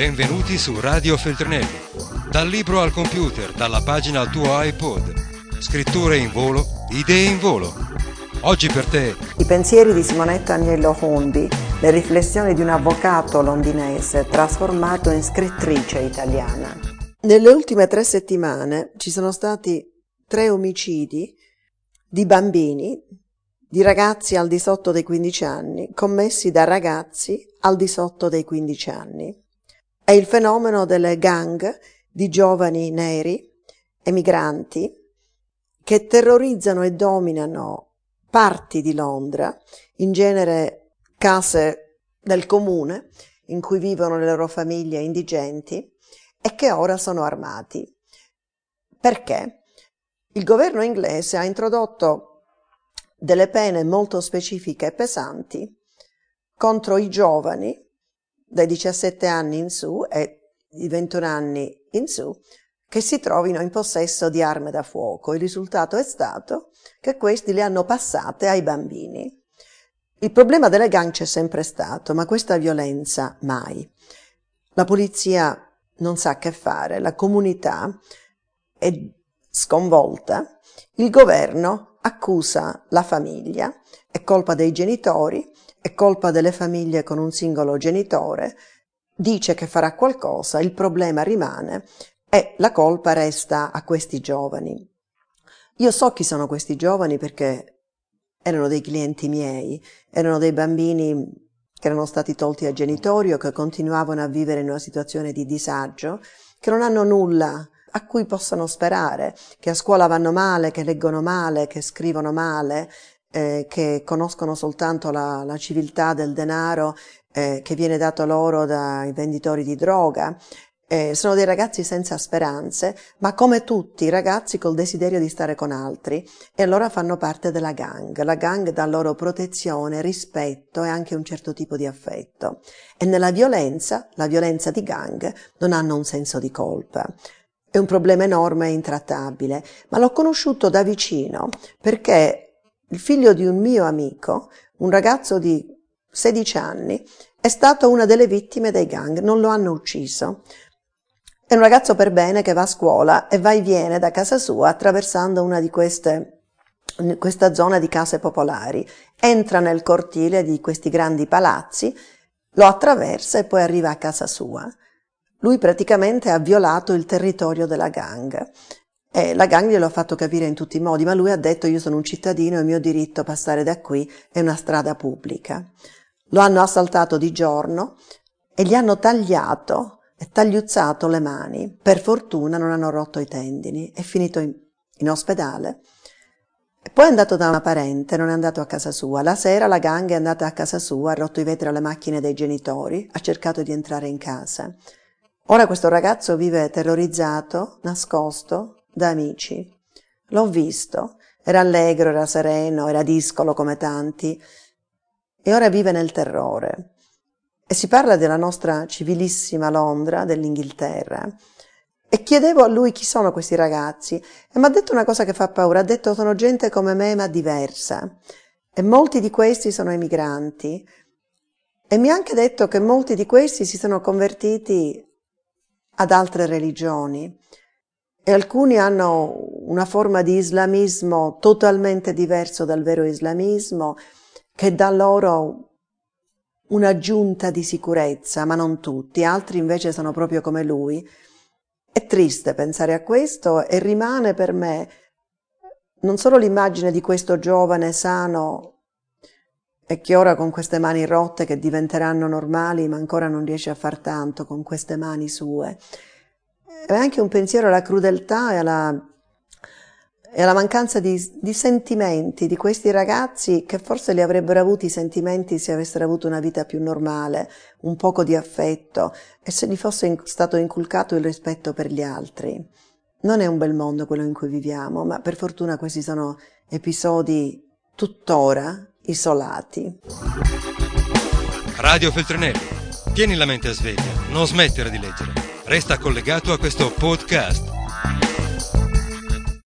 Benvenuti su Radio Feltrinelli. Dal libro al computer, dalla pagina al tuo iPod. Scritture in volo, idee in volo. Oggi per te. I pensieri di Simonetta Agnello Humbi, le riflessioni di un avvocato londinese trasformato in scrittrice italiana. Nelle ultime 3 settimane ci sono stati 3 omicidi di bambini, di ragazzi al di sotto dei 15 anni, commessi da ragazzi al di sotto dei 15 anni. È il fenomeno delle gang di giovani neri, emigranti, che terrorizzano e dominano parti di Londra, in genere case del comune, in cui vivono le loro famiglie indigenti, e che ora sono armati. Perché? Il governo inglese ha introdotto delle pene molto specifiche e pesanti contro i giovani dai 17 anni in su e di 21 anni in su che si trovino in possesso di armi da fuoco. Il risultato è stato che questi le hanno passate ai bambini. Il problema delle gang c'è sempre stato, ma questa violenza mai. La polizia non sa che fare, la comunità è sconvolta, il governo accusa la famiglia, è colpa dei genitori, è colpa delle famiglie con un singolo genitore, dice che farà qualcosa, il problema rimane e la colpa resta a questi giovani. Io so chi sono questi giovani perché erano dei clienti miei, erano dei bambini che erano stati tolti ai genitori o che continuavano a vivere in una situazione di disagio, che non hanno nulla a cui possano sperare, che a scuola vanno male, che leggono male, che scrivono male, che conoscono soltanto la civiltà del denaro che viene dato loro dai venditori di droga. Sono dei ragazzi senza speranze, ma come tutti i ragazzi col desiderio di stare con altri, e allora fanno parte della gang. La gang dà loro protezione, rispetto e anche un certo tipo di affetto. E nella violenza, la violenza di gang, non hanno un senso di colpa. È un problema enorme e intrattabile, ma l'ho conosciuto da vicino perché il figlio di un mio amico, un ragazzo di 16 anni, è stato una delle vittime dei gang, non lo hanno ucciso. È un ragazzo per bene che va a scuola e va e viene da casa sua attraversando una di questa zona di case popolari. Entra nel cortile di questi grandi palazzi, lo attraversa e poi arriva a casa sua. Lui praticamente ha violato il territorio della gang. E la gang glielo ha fatto capire in tutti i modi, ma lui ha detto: io sono un cittadino, è il mio diritto passare da qui, è una strada pubblica. Lo hanno assaltato di giorno e gli hanno tagliato e tagliuzzato le mani. Per fortuna non hanno rotto i tendini, è finito in ospedale. E poi è andato da una parente, non è andato a casa sua. La sera la gang è andata a casa sua, ha rotto i vetri alle macchine dei genitori, ha cercato di entrare in casa. Ora questo ragazzo vive terrorizzato, nascosto, da amici. L'ho visto, era allegro, era sereno, era discolo come tanti, e ora vive nel terrore. E si parla della nostra civilissima Londra, dell'Inghilterra, e chiedevo a lui chi sono questi ragazzi, e mi ha detto una cosa che fa paura, ha detto: sono gente come me ma diversa, e molti di questi sono emigranti, e mi ha anche detto che molti di questi si sono convertiti ad altre religioni, e alcuni hanno una forma di islamismo totalmente diverso dal vero islamismo, che dà loro un'aggiunta di sicurezza, ma non tutti, altri invece sono proprio come lui. È triste pensare a questo e rimane per me non solo l'immagine di questo giovane sano e che ora con queste mani rotte che diventeranno normali, ma ancora non riesce a far tanto con queste mani sue, è anche un pensiero alla crudeltà e alla mancanza di sentimenti di questi ragazzi, che forse li avrebbero avuti i sentimenti se avessero avuto una vita più normale, un poco di affetto, e se gli fosse stato inculcato il rispetto per gli altri. Non è un bel mondo quello in cui viviamo, ma per fortuna questi sono episodi tuttora isolati. Radio Feltrinelli. Tieni la mente a sveglia, non smettere di leggere. Resta collegato a questo podcast.